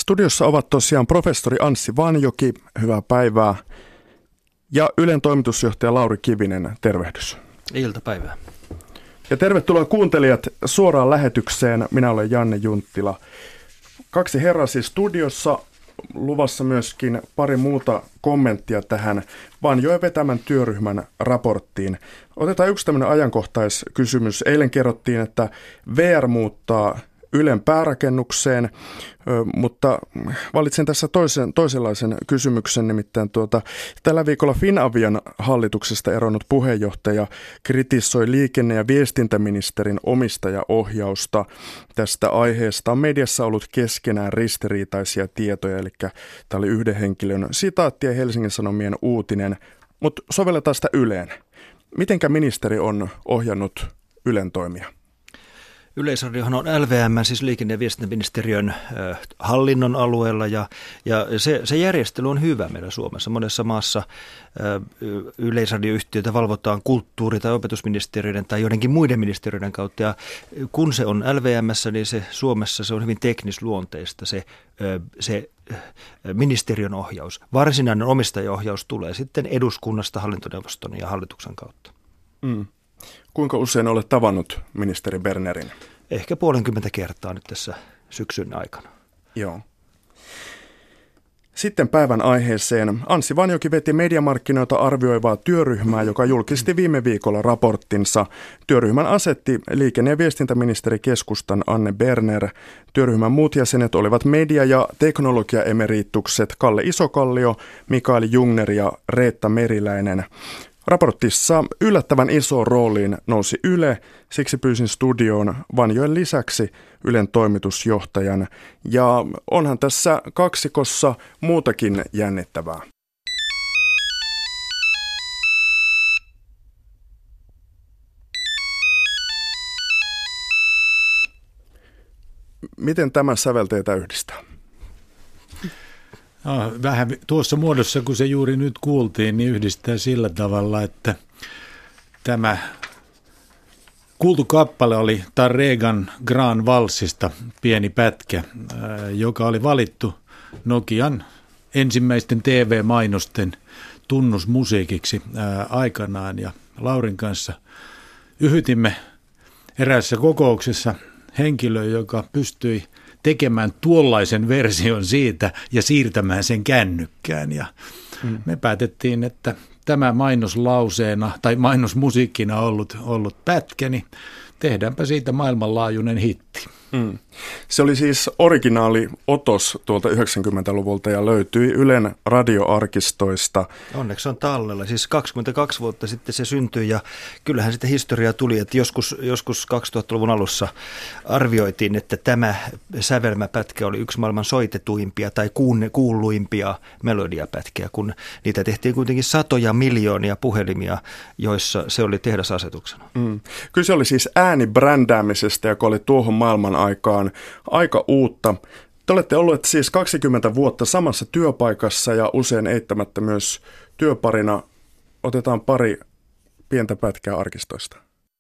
Studiossa ovat tosiaan professori Anssi Vanjoki, hyvää päivää, ja Ylen toimitusjohtaja Lauri Kivinen, tervehdys. Iltapäivää. Ja tervetuloa kuuntelijat suoraan lähetykseen. Minä olen Janne Junttila. Kaksi herraa siis studiossa, luvassa myöskin pari muuta kommenttia tähän Vanjoen vetämän työryhmän raporttiin. Otetaan yksi tämmöinen ajankohtaiskysymys. Eilen kerrottiin, että VR muuttaa Ylen päärakennukseen, mutta valitsen tässä toisenlaisen kysymyksen, nimittäin tällä viikolla Finavian hallituksesta eronnut puheenjohtaja kritisoi liikenne- ja viestintäministerin omistajaohjausta. Tästä aiheesta on mediassa ollut keskenään ristiriitaisia tietoja, eli tämä oli yhden henkilön sitaatti ja Helsingin Sanomien uutinen, mutta sovelletaan sitä Yleen. Mitenkä ministeri on ohjannut Ylen toimia? Yleisradiohan on LVM, siis liikenne- ja viestintäministeriön hallinnon alueella, ja se järjestely on hyvä meillä Suomessa. Monessa maassa yleisradioyhtiöitä valvotaan kulttuuri- tai opetusministeriöiden tai joidenkin muiden ministeriöiden kautta, ja kun se on LVM:ssä, niin Suomessa se on hyvin teknisluonteista se ministeriön ohjaus. Varsinainen omistajaohjaus tulee sitten eduskunnasta, hallintoneuvoston ja hallituksen kautta. Kuinka usein olet tavannut ministeri Bernerin? Ehkä 50 kertaa nyt tässä syksyn aikana. Joo. Sitten päivän aiheeseen. Anssi Vanjoki veti mediamarkkinoita arvioivaa työryhmää, joka julkisti viime viikolla raporttinsa. Työryhmän asetti liikenne- ja viestintäministeri keskustan Anne Berner. Työryhmän muut jäsenet olivat media- ja teknologiaemeritukset Kalle Isokallio, Mikael Jungner ja Reetta Meriläinen. Raportissa yllättävän isoon rooliin nousi Yle, siksi pyysin studioon Vanjoen lisäksi Ylen toimitusjohtajan. Ja onhan tässä kaksikossa muutakin jännittävää. Miten tämä sävelteitä yhdistää? Vähän tuossa muodossa, kun se juuri nyt kuultiin, niin yhdistää sillä tavalla, että tämä kuultu kappale oli Tarregan Gran Valsista pieni pätkä, joka oli valittu Nokian ensimmäisten TV-mainosten tunnusmusiikiksi aikanaan. Ja Laurin kanssa yhytimme eräässä kokouksessa henkilö, joka pystyi tekemään tuollaisen version siitä ja siirtämään sen kännykkään. Ja me päätettiin, että tämä mainoslauseena tai mainosmusiikkina ollut pätkä, niin tehdäänpä siitä maailmanlaajuinen hitti. Se oli siis originaali otos tuolta 90-luvulta ja löytyi Ylen radioarkistoista. Onneksi on tallella. Siis 22 vuotta sitten se syntyi ja kyllähän sitten historiaa tuli, että joskus 2000-luvun alussa arvioitiin, että tämä sävelmäpätkä oli yksi maailman soitetuimpia tai kuulluimpia melodiapätkiä, kun niitä tehtiin kuitenkin satoja miljoonia puhelimia, joissa se oli tehdasasetuksena. Kyllä se oli siis äänibrändäämisestä, joka oli tuohon maailman aikaan aika uutta. Te olette olleet siis 20 vuotta samassa työpaikassa ja usein eittämättä myös työparina. Otetaan pari pientä pätkää arkistoista.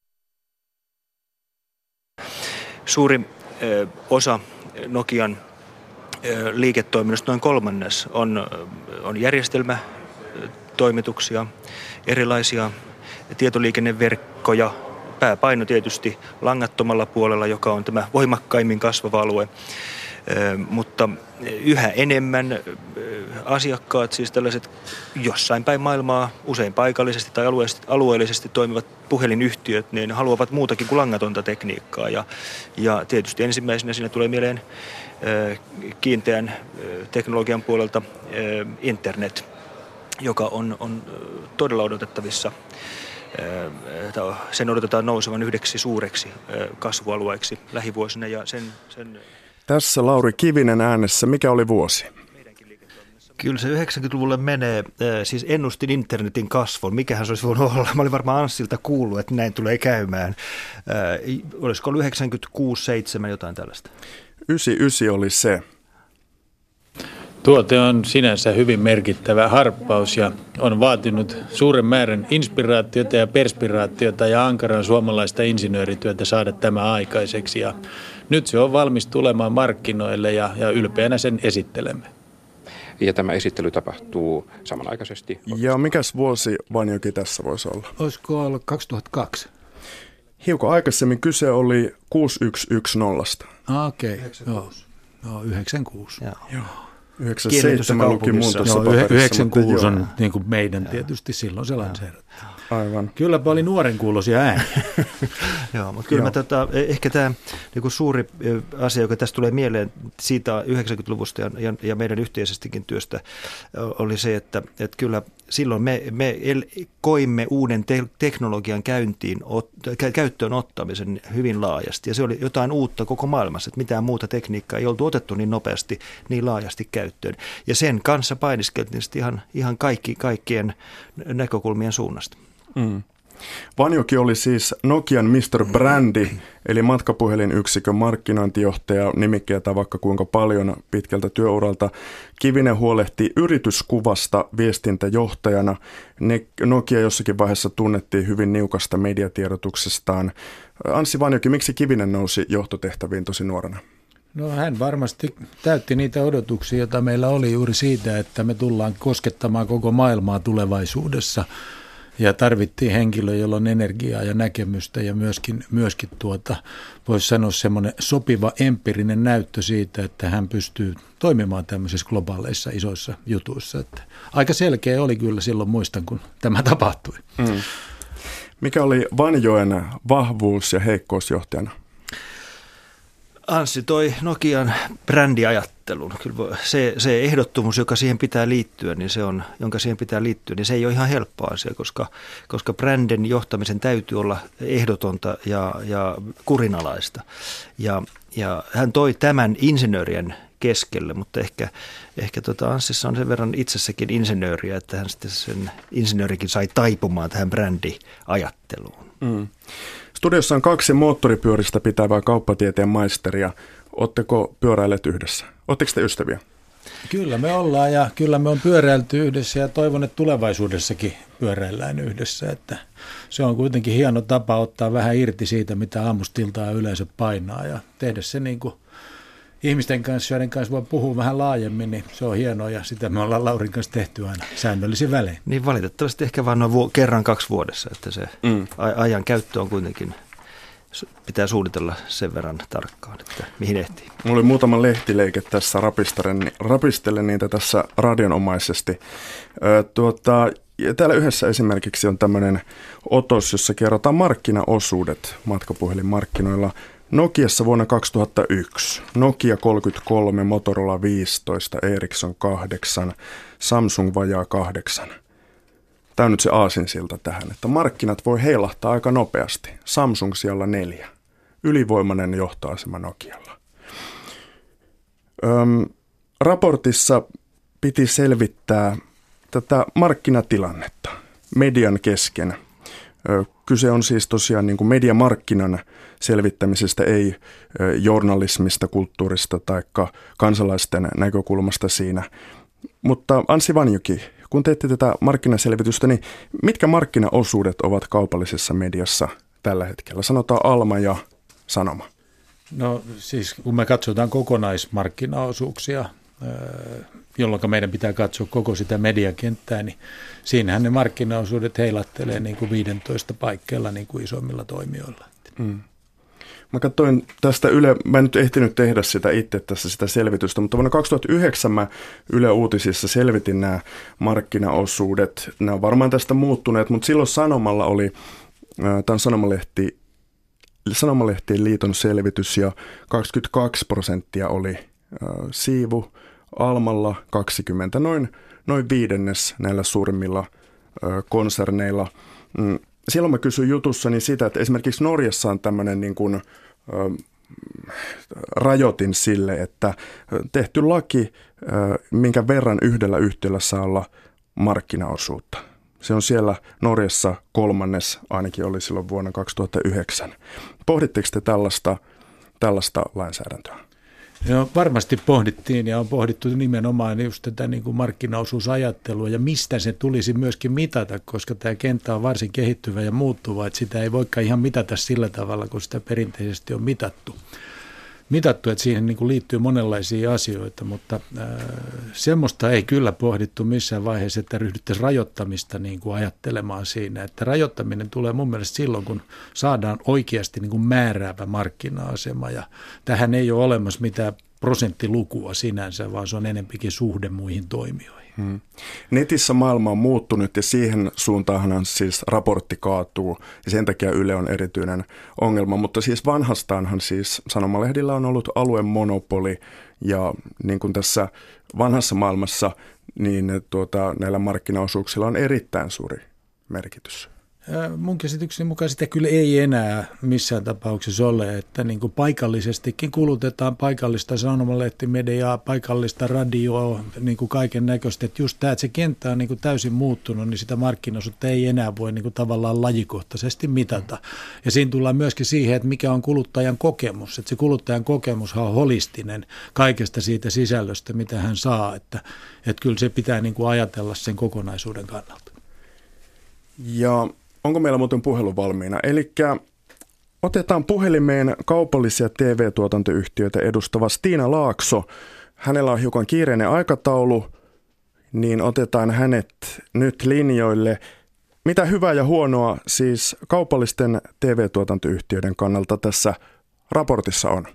Suuri osa Nokian liiketoiminnasta, noin kolmannes, on järjestelmätoimituksia, erilaisia tietoliikenneverkkoja, pääpaino tietysti langattomalla puolella, joka on tämä voimakkaimmin kasvava alue, mutta yhä enemmän asiakkaat, siis tällaiset jossain päin maailmaa, usein paikallisesti tai alueellisesti toimivat puhelinyhtiöt, niin haluavat muutakin kuin langatonta tekniikkaa. Ja tietysti ensimmäisenä siinä tulee mieleen kiinteän teknologian puolelta internet, joka on todella odotettavissa. Sen odotetaan nousevan yhdeksi suureksi kasvualueeksi lähivuosina. Ja sen... Tässä Lauri Kivinen äänessä. Mikä oli vuosi? Kyllä se 90-luvulle menee. Siis ennustin internetin kasvun. Mikähän se olisi voinut olla? Mä olin varmaan Anssilta kuullut, että näin tulee käymään. Olisiko ollut 96-7 jotain tällaista? 99 oli se. Tuote on sinänsä hyvin merkittävä harppaus ja on vaatinut suuren määrän inspiraatiota ja perspiraatiota ja ankaran suomalaista insinöörityötä saada tämä aikaiseksi. Ja nyt se on valmis tulemaan markkinoille ja ylpeänä sen esittelemme. Ja tämä esittely tapahtuu samanaikaisesti. Ja mikäs vuosi Vanjoki tässä voisi olla? Olisiko ollut 2002? Hiukan aikaisemmin kyse oli 6110. Okei, joo, 96. Joo. 97 luki mun tuossa paperissa. 96 on niin kuin meidän tietysti silloin se lanseerattiin. Aivan. Kylläpä oli nuoren kuuloisia ääniä. Joo, mutta kyllä ehkä tämä niin suuri asia, joka tästä tulee mieleen siitä 90-luvusta ja meidän yhteisestikin työstä, oli se, että kyllä silloin me koimme uuden teknologian käyttöön ottamisen hyvin laajasti. Ja se oli jotain uutta koko maailmassa, että mitään muuta tekniikkaa ei oltu otettu niin nopeasti, niin laajasti käyttöön. Ja sen kanssa painiskeltiin ihan kaikkien näkökulmien suunnasta. Vanjoki oli siis Nokian Mr. Brandi, eli matkapuhelinyksikön markkinointijohtaja, nimikkeitä vaikka kuinka paljon pitkältä työuralta. Kivinen huolehti yrityskuvasta viestintäjohtajana. Nokia jossakin vaiheessa tunnettiin hyvin niukasta mediatiedotuksestaan. Anssi Vanjoki, miksi Kivinen nousi johtotehtäviin tosi nuorena? No hän varmasti täytti niitä odotuksia, joita meillä oli juuri siitä, että me tullaan koskettamaan koko maailmaa tulevaisuudessa. Ja tarvittiin henkilö, jolla on energiaa ja näkemystä ja myöskin voisi sanoa semmoinen sopiva empiirinen näyttö siitä, että hän pystyy toimimaan tämmöisissä globaaleissa isoissa jutuissa. Että aika selkeä oli kyllä silloin, muistan, kun tämä tapahtui. Mikä oli Vanjoen vahvuus ja heikkous johtajana? Anssi toi Nokian brändiajattelun. Kyllä se ehdottomuus, joka siihen pitää liittyä, niin se ei ole ihan helppo asia, koska brändin johtamisen täytyy olla ehdotonta ja kurinalaista. Ja hän toi tämän insinöörien keskelle, mutta ehkä Anssissa on sen verran itsessäkin insinööriä, että hän sitten sen insinöörikin sai taipumaan tähän brändiajatteluun. Studiossa on 2 moottoripyöristä pitävää kauppatieteen maisteria. Oletteko pyöräilleet yhdessä? Oletteko te ystäviä? Kyllä me ollaan ja kyllä me on pyöräilty yhdessä ja toivon, että tulevaisuudessakin pyöräillään yhdessä. Että se on kuitenkin hieno tapa ottaa vähän irti siitä, mitä aamustiltaa yleisö painaa ja tehdä se niin kuin ihmisten kanssa, joiden kanssa voi puhua vähän laajemmin, niin se on hienoa ja sitä me ollaan Laurin kanssa tehty aina säännöllisin välein. Niin valitettavasti ehkä vain noin kerran 2 vuodessa, että se ajan käyttö on kuitenkin, pitää suunnitella sen verran tarkkaan, että mihin ehtii. Mulla oli muutama lehtileike tässä, rapistelen niitä tässä radionomaisesti. Täällä yhdessä esimerkiksi on tämmöinen otos, jossa kerrotaan markkinaosuudet matkapuhelinmarkkinoilla. Nokiassa vuonna 2001, Nokia 33, Motorola 15, Ericsson 8, Samsung vajaa 8. Tämä on nyt se aasinsilta tähän, että markkinat voi heilahtaa aika nopeasti. Samsung siellä 4, ylivoimainen johtoasema Nokialla. Raportissa piti selvittää tätä markkinatilannetta median kesken. Kyse on siis tosiaan niin kuin mediamarkkinan selvittämisestä, ei journalismista, kulttuurista tai kansalaisten näkökulmasta siinä. Mutta Anssi Vanjoki, kun teette tätä markkinaselvitystä, niin mitkä markkinaosuudet ovat kaupallisessa mediassa tällä hetkellä? Sanotaan Alma ja Sanoma. No siis kun me katsotaan kokonaismarkkinaosuuksia, jolloin meidän pitää katsoa koko sitä mediakenttää, niin siinähän ne markkinaosuudet heilattelee niin kuin 15 paikkeilla niin kuin isommilla toimijoilla. Mä katsoin tästä mä en nyt ehtinyt tehdä sitä itse tässä sitä selvitystä, mutta vuonna 2009 mä Yle Uutisissa selvitin nämä markkinaosuudet. Nämä on varmaan tästä muuttuneet, mutta silloin Sanomalla oli, tämä on Sanomalehtien liiton selvitys ja 22% oli siivu, Almalla 20, noin viidennes näillä suurimmilla konserneilla. Silloin mä kysyin jutussani sitä, että esimerkiksi Norjassa on tämmöinen niin kuin rajoitin sille, että tehty laki, minkä verran yhdellä yhtiöllä saa olla markkinaosuutta. Se on siellä Norjassa 3, ainakin oli silloin vuonna 2009. Pohditteko te tällaista lainsäädäntöä? No, varmasti pohdittiin ja on pohdittu nimenomaan just tätä niin kuin markkinaosuusajattelua ja mistä se tulisi myöskin mitata, koska tämä kenttä on varsin kehittyvä ja muuttuva, että sitä ei voikaan ihan mitata sillä tavalla, kun sitä perinteisesti on mitattu. mitattu, että siihen niin kuin liittyy monenlaisia asioita, mutta semmoista ei kyllä pohdittu missään vaiheessa, että ryhdyttäisiin rajoittamista niin kuin ajattelemaan siinä. Että rajoittaminen tulee mun mielestä silloin, kun saadaan oikeasti niin kuin määräävä markkina-asema, ja tähän ei ole olemassa mitään prosenttilukua sinänsä, vaan se on enempikin suhde muihin toimijoihin. Netissä maailma on muuttunut ja siihen suuntaanhan siis raportti kaatuu ja sen takia Yle on erityinen ongelma, mutta siis vanhastaanhan siis sanomalehdillä on ollut alueen monopoli ja niin kuin tässä vanhassa maailmassa niin näillä markkinaosuuksilla on erittäin suuri merkitys. Mun käsitykseni mukaan sitä kyllä ei enää missään tapauksessa ole, että niin kuin paikallisestikin kulutetaan paikallista sanomalehtimediaa, paikallista radioa, niin kuin kaiken näköistä. Että just tämä, että se kenttä on niin kuin täysin muuttunut, niin sitä markkinaosuutta ei enää voi niin kuin tavallaan lajikohtaisesti mitata. Ja siinä tullaan myöskin siihen, että mikä on kuluttajan kokemus. Että se kuluttajan kokemushan on holistinen kaikesta siitä sisällöstä, mitä hän saa. Että kyllä se pitää niin kuin ajatella sen kokonaisuuden kannalta. Ja onko meillä muuten puhelu valmiina? Eli otetaan puhelimeen kaupallisia TV-tuotantoyhtiöitä edustava Stiina Laakso. Hänellä on hiukan kiireinen aikataulu, niin otetaan hänet nyt linjoille. Mitä hyvää ja huonoa siis kaupallisten TV-tuotantoyhtiöiden kannalta tässä raportissa on?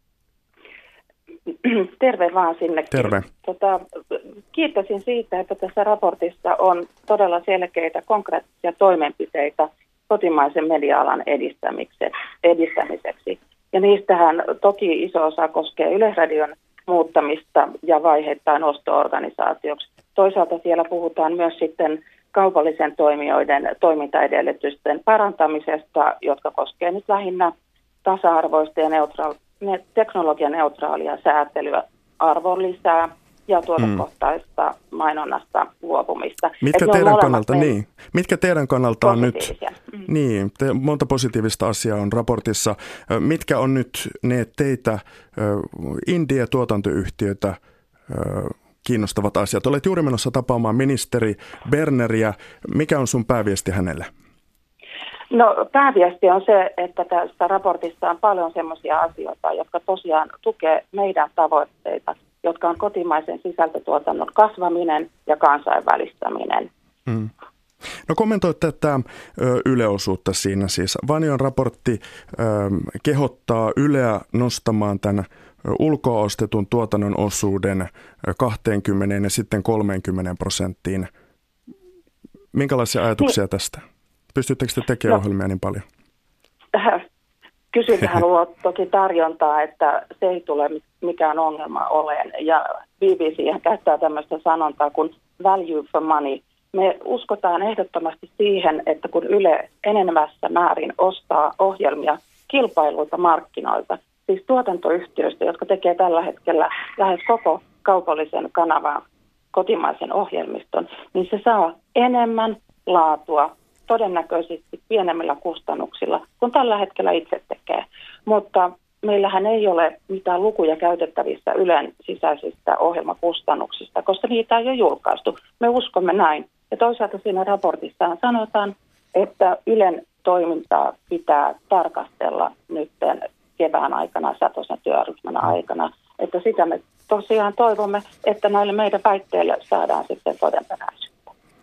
Terve vaan sinnekin. Terve. Kiittäisin siitä, että tässä raportissa on todella selkeitä konkreettisia toimenpiteitä kotimaisen media-alan edistämiseksi. Ja niistähän toki iso osa koskee Yleisradion muuttamista ja vaiheittain osto-organisaatioksi. Toisaalta siellä puhutaan myös sitten kaupallisen toimijoiden toimintaedellytysten parantamisesta, jotka koskee nyt lähinnä tasa-arvoista ja teknologianeutraalia säätelyä, arvonlisää ja tuotekohtaista mainonnasta luopumista. Mitkä teidän kannalta on nyt, monta positiivista asiaa on raportissa. Mitkä on nyt ne teitä indie-tuotantoyhtiöitä kiinnostavat asiat? Olet juuri menossa tapaamaan ministeri Berneriä. Mikä on sun pääviesti hänelle? No pääviesti on se, että tässä raportissa on paljon sellaisia asioita, jotka tosiaan tukee meidän tavoitteita, jotka on kotimaisen sisältötuotannon kasvaminen ja kansainvälistäminen. No kommentoi tätä Yle-osuutta siinä siis. Vanion raportti kehottaa Yleä nostamaan tämän ulkoa ostetun tuotannon osuuden 20 ja sitten 30%. Minkälaisia ajatuksia tästä? Pystyttekö te tekemään ohjelmia niin paljon? Kysyntähän luo toki tarjontaa, että se ei tule mikään ongelma oleen. Ja BBC käyttää tämmöistä sanontaa kuin value for money. Me uskotaan ehdottomasti siihen, että kun Yle enenevässä määrin ostaa ohjelmia kilpailuilta markkinoilta, siis tuotantoyhtiöistä, jotka tekee tällä hetkellä lähes koko kaupallisen kanavan kotimaisen ohjelmiston, niin se saa enemmän laatua, todennäköisesti pienemmillä kustannuksilla, kun tällä hetkellä itse tekee. Mutta meillähän ei ole mitään lukuja käytettävissä Ylen sisäisistä ohjelmakustannuksista, koska niitä ei ole julkaistu. Me uskomme näin. Ja toisaalta siinä raportissaan sanotaan, että Ylen toimintaa pitää tarkastella nyt kevään aikana, Satosen työryhmän aikana. Että sitä me tosiaan toivomme, että näille meidän väitteille saadaan sitten todenperäisyyttä.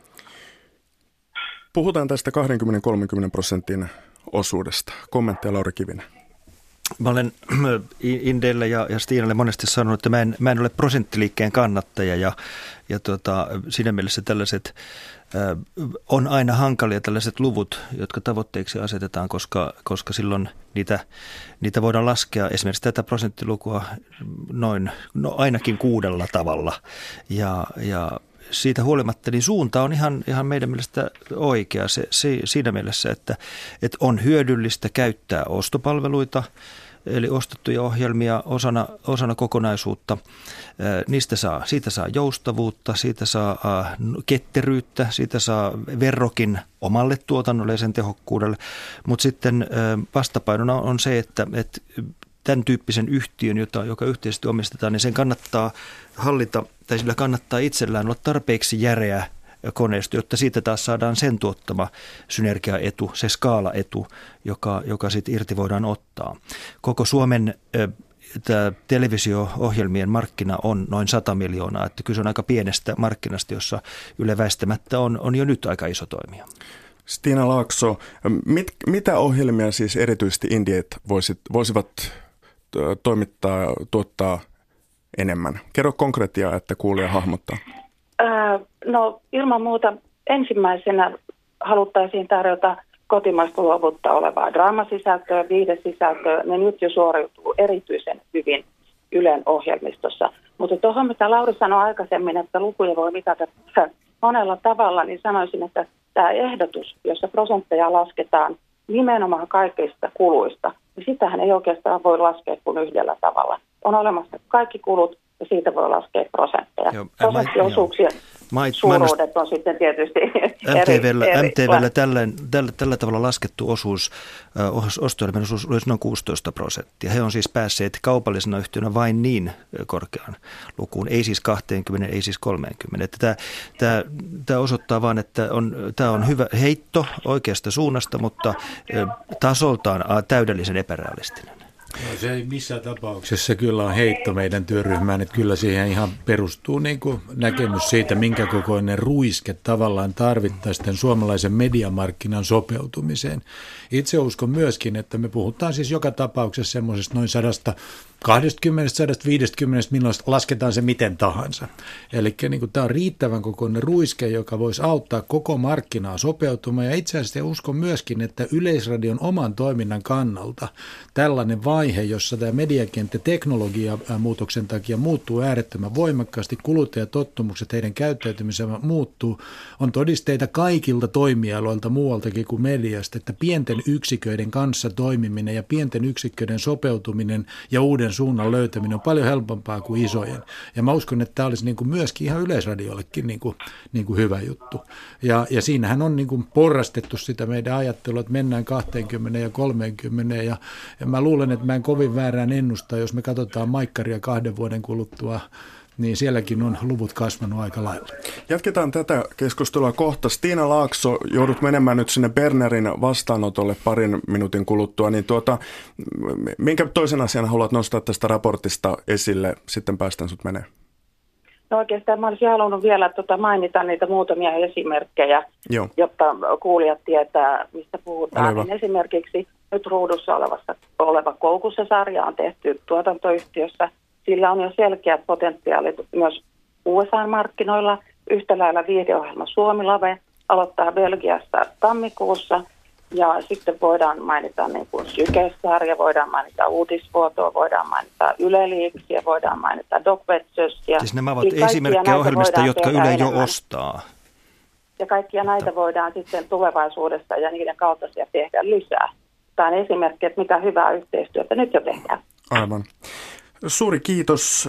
Puhutaan tästä 20-30% osuudesta. Kommentteja Lauri Kivinen. Mä olen Indelle ja Stiinalle monesti sanonut, että mä en ole prosenttiliikkeen kannattaja ja siinä mielessä tällaiset on aina hankalia tällaiset luvut, jotka tavoitteiksi asetetaan, koska silloin niitä voidaan laskea esimerkiksi tätä prosenttilukua ainakin 6 tavalla ja siitä huolimatta niin suunta on ihan meidän mielestä oikea siinä mielessä, että on hyödyllistä käyttää ostopalveluita, eli ostettuja ohjelmia osana kokonaisuutta. Siitä saa joustavuutta, siitä saa ketteryyttä, siitä saa verrokin omalle tuotannolle ja sen tehokkuudelle, mutta sitten vastapainona on se, että tämän tyyppisen yhtiön, joka yhteisesti omistetaan, niin sen kannattaa hallita, tai sillä kannattaa itsellään olla tarpeeksi järeä koneisto, jotta siitä taas saadaan sen tuottama synergiaetu, se skaalaetu, joka sitten irti voidaan ottaa. Koko Suomen tämä televisio-ohjelmien markkina on noin 100 miljoonaa, että kyllä se on aika pienestä markkinasta, jossa Yle väistämättä on jo nyt aika iso toimija. Stiina Laakso, mitä ohjelmia siis erityisesti indiet voisivat toimittaa, tuottaa enemmän? Kerro konkretiaa, että kuulija hahmottaa. No ilman muuta ensimmäisenä haluttaisiin tarjota kotimaista luovuutta olevaa draamasisältöä, viihdesisältöä. Ne nyt jo suoriutuu erityisen hyvin Ylen ohjelmistossa. Mutta tuohon, mitä Lauri sanoi aikaisemmin, että lukuja voi mitata monella tavalla, niin sanoisin, että tämä ehdotus, jossa prosentteja lasketaan nimenomaan kaikista kuluista, niin sitähän ei oikeastaan voi laskea kuin yhdellä tavalla. On olemassa kaikki kulut ja siitä voi laskea prosentteja. Prosenttiosuuksien suuruudet on sitten tietysti MTVllä tällä tavalla laskettu ostoelämän osuus olisi noin 16%. He on siis päässeet kaupallisena yhtiönä vain niin korkeaan lukuun, ei siis 20, ei siis 30. Tämä osoittaa vain, että tämä on hyvä heitto oikeasta suunnasta, mutta tasoltaan täydellisen epärealistinen. No, se ei missään tapauksessa kyllä on heitto meidän työryhmään, että kyllä siihen ihan perustuu niin kuin näkemys siitä, minkä kokoinen ruiske tavallaan tarvittaisiin suomalaisen mediamarkkinan sopeutumiseen. Itse uskon myöskin, että me puhutaan siis joka tapauksessa semmoisesta noin 120-150 miljoonasta, lasketaan se miten tahansa. Eli niin tämä on riittävän kokoinen ruiske, joka voisi auttaa koko markkinaa sopeutumaan. Ja itse asiassa uskon myöskin, että Yleisradion oman toiminnan kannalta tällainen vaihe, jossa tämä mediakenttä teknologiamuutoksen takia muuttuu äärettömän voimakkaasti, kuluttajatottumukset, heidän käyttäytymisensä muuttuu, on todisteita kaikilta toimialoilta muualtakin kuin mediasta, että pienten yksiköiden kanssa toimiminen ja pienten yksiköiden sopeutuminen ja uuden suunnan löytäminen on paljon helpompaa kuin isojen. Ja mä uskon, että tämä olisi niin kuin myöskin ihan Yleisradiollekin niin kuin hyvä juttu. Ja siinähän on niin kuin porrastettu sitä meidän ajattelua, että mennään 20 ja 30 ja mä luulen, että mä en kovin väärään ennusta, jos me katsotaan Maikkaria 2 vuoden kuluttua, niin sielläkin on luvut kasvanut aika lailla. Jatketaan tätä keskustelua kohta. Stiina Laakso, joudut menemään nyt sinne Bernerin vastaanotolle parin minuutin kuluttua, niin minkä toisen asian haluat nostaa tästä raportista esille, sitten päästään sut menee? No oikeastaan mä olisin halunnut vielä mainita niitä muutamia esimerkkejä, jotta kuulijat tietää, mistä puhutaan. Niin esimerkiksi nyt ruudussa oleva Koukussa-sarja on tehty tuotantoyhtiössä. Sillä on jo selkeät potentiaalit myös USA-markkinoilla. Yhtä lailla viihdeohjelma Suomi-Lave aloittaa Belgiasta tammikuussa. Ja sitten voidaan mainita niin kuin Syke-sarja, voidaan mainita Uutisvuotoa, voidaan mainita Yle Leaksia, voidaan mainita Doc Vetsössiä. Siis nämä ovat esimerkkejä ohjelmista, jotka Yle jo ostaa. Ja kaikkia näitä voidaan sitten tulevaisuudessa ja niiden kaltaisia tehdä lisää. Tämä on esimerkki, että mitä hyvää yhteistyötä nyt jo tehdään. Aivan. Suuri kiitos.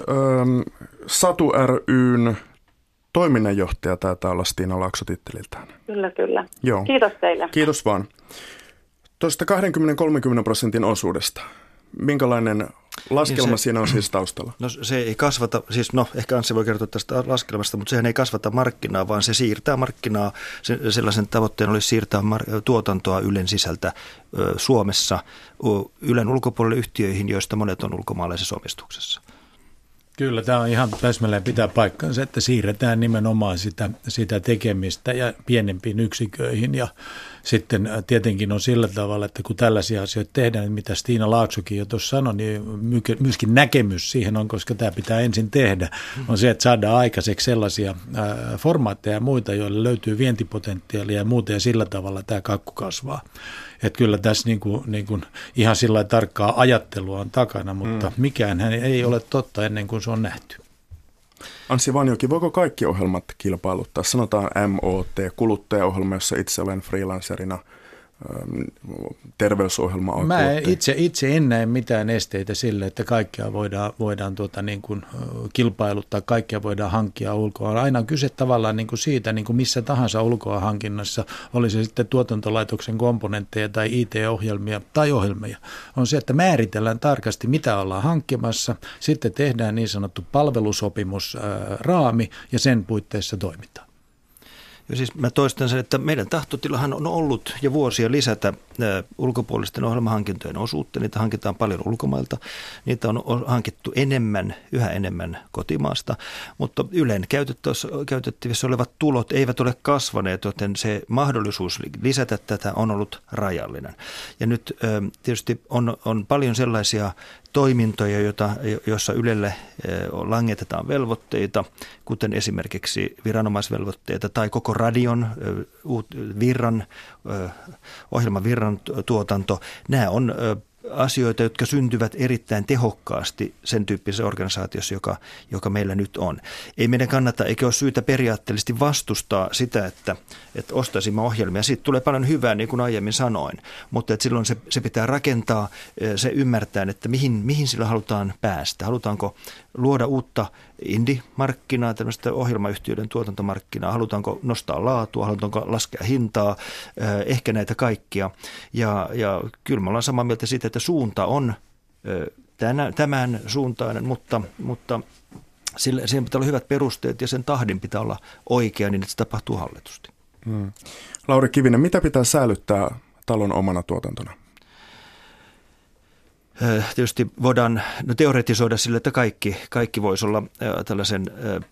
Satu ryn toiminnanjohtaja taitaa olla Stiina Laakso titteliltään. Kyllä. Joo. Kiitos teille. Kiitos vaan. Tuosta 20-30% osuudesta. Minkälainen laskelma siinä on siis taustalla? No se ei kasvata, siis ehkä Anssi voi kertoa tästä laskelmasta, mutta sehän ei kasvata markkinaa, vaan se siirtää markkinaa. Sellaisen tavoitteen olisi siirtää tuotantoa Ylen sisältä Suomessa Ylen ulkopuolelle yhtiöihin, joista monet on ulkomaalaisessa omistuksessa. Kyllä, tämä on ihan täsmälleen pitää paikkansa, että siirretään nimenomaan sitä tekemistä ja pienempiin yksiköihin. Ja sitten tietenkin on sillä tavalla, että kun tällaisia asioita tehdään, niin mitä Stiina Laaksokin jo tuossa sanoi, niin myöskin näkemys siihen on, koska tämä pitää ensin tehdä, on se, että saadaan aikaiseksi sellaisia formaatteja ja muita, joille löytyy vientipotentiaalia ja muuta, ja sillä tavalla tämä kakku kasvaa. Että kyllä tässä niin kuin ihan sillä tarkkaa ajattelua on takana, mutta mikään ei ole totta ennen kuin se on nähty. Anssi Vanjoki, voiko kaikki ohjelmat kilpailuttaa? Sanotaan MOT, kuluttajaohjelma, jossa itse olen freelancerina, terveysohjelma on. Mä itse en näe mitään esteitä sille, että kaikkea voidaan niin kuin kilpailuttaa, kaikkea voidaan hankkia ulkoa. Aina on kyse tavallaan niin kuin siitä, niin kuin missä tahansa ulkoa hankinnassa, oli se sitten tuotantolaitoksen komponentteja tai IT-ohjelmia tai ohjelmia. On se, että määritellään tarkasti, mitä ollaan hankkimassa, sitten tehdään niin sanottu palvelusopimusraami ja sen puitteissa toimitaan. Siis mä toistan sen, että meidän tahtotilahan on ollut jo vuosia lisätä ulkopuolisten ohjelmahankintojen osuutta. Niitä hankitaan paljon ulkomailta. Niitä on hankittu yhä enemmän kotimaasta, mutta Ylen käytettävissä olevat tulot eivät ole kasvaneet, joten se mahdollisuus lisätä tätä on ollut rajallinen. Ja nyt tietysti on paljon sellaisia toimintoja, joissa Ylelle langetetaan velvoitteita, kuten esimerkiksi viranomaisvelvoitteita tai koko radion ohjelman virran tuotanto. Nämä on asioita, jotka syntyvät erittäin tehokkaasti sen tyyppisessä organisaatiossa, joka meillä nyt on. Ei meidän kannata, eikä ole syytä periaatteellisesti vastustaa sitä, että ostaisimme ohjelmia. Siitä tulee paljon hyvää, niin kuin aiemmin sanoin, mutta että silloin se pitää rakentaa, se ymmärtää, että mihin sillä halutaan päästä. Halutaanko luoda uutta indie-markkinaa, tämmöistä ohjelmayhtiöiden tuotantomarkkinaa, halutaanko nostaa laatua, halutaanko laskea hintaa, ehkä näitä kaikkia. Ja kyllä me ollaan samaa mieltä siitä, että suunta on tämän suuntainen, mutta siihen pitää olla hyvät perusteet ja sen tahdin pitää olla oikea niin, että se tapahtuu hallitusti. Lauri Kivinen, mitä pitää säilyttää talon omana tuotantona? Tietysti voidaan teoretisoida sille, että kaikki voisi olla tällaisen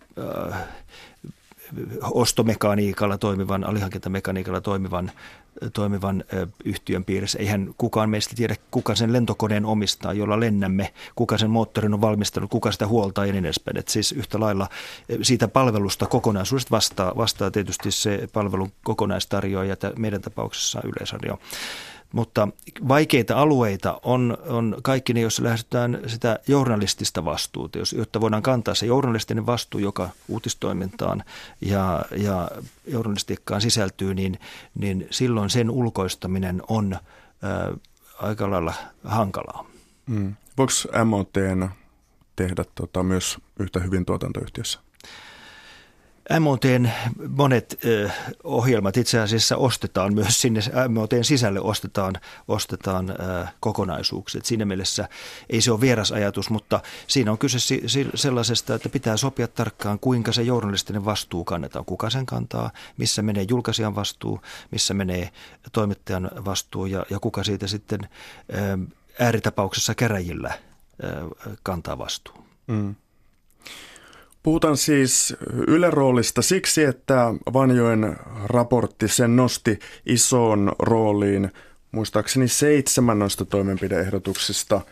ostomekaniikalla toimivan, alihankintamekaniikalla toimivan yhtiön piirissä. Eihän kukaan meistä tiedä, kuka sen lentokoneen omistaa, jolla lennämme, kuka sen moottorin on valmistanut, kuka sitä huoltaa ja niin edespäin. Et siis yhtä lailla siitä palvelusta kokonaisuudesta vastaa tietysti se palvelun kokonaistarjoaja, meidän tapauksessa Yleisradio. Mutta vaikeita alueita on kaikki ne, joissa lähestytään sitä journalistista vastuuta, jotta voidaan kantaa se journalistinen vastuu, joka uutistoimintaan ja journalistiikkaan sisältyy, niin silloin sen ulkoistaminen on aika lailla hankalaa. Voiko MOT:n tehdä myös yhtä hyvin tuotantoyhtiössä? MOT:n monet ohjelmat itse asiassa ostetaan myös sinne, MOT:n sisälle ostetaan kokonaisuuksia. Siinä mielessä ei se ole vieras ajatus, mutta siinä on kyse sellaisesta, että pitää sopia tarkkaan, kuinka se journalistinen vastuu kannetaan. Kuka sen kantaa, missä menee julkaisijan vastuu, missä menee toimittajan vastuu ja kuka siitä sitten ääritapauksessa käräjillä kantaa vastuu. Puhutaan siis Ylen roolista siksi, että Vanjoen raportti sen nosti isoon rooliin, muistaakseni 7 noista toimenpideehdotuksista,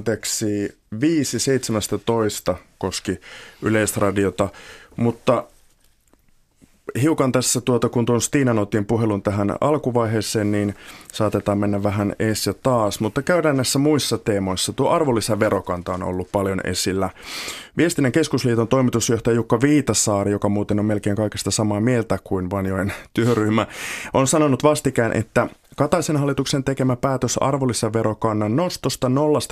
5/17 koski Yleisradiota, mutta hiukan tässä kun tuon Stiinan otin puhelun tähän alkuvaiheeseen, niin saatetaan mennä vähän ees ja taas, mutta käydään näissä muissa teemoissa. Tuo arvonlisäverokanta on ollut paljon esillä. Viestinnän keskusliiton toimitusjohtaja Jukka Viitasaari, joka muuten on melkein kaikesta samaa mieltä kuin Vanjoen työryhmä, on sanonut vastikään, että Kataisen hallituksen tekemä päätös arvonlisäverokannan nostosta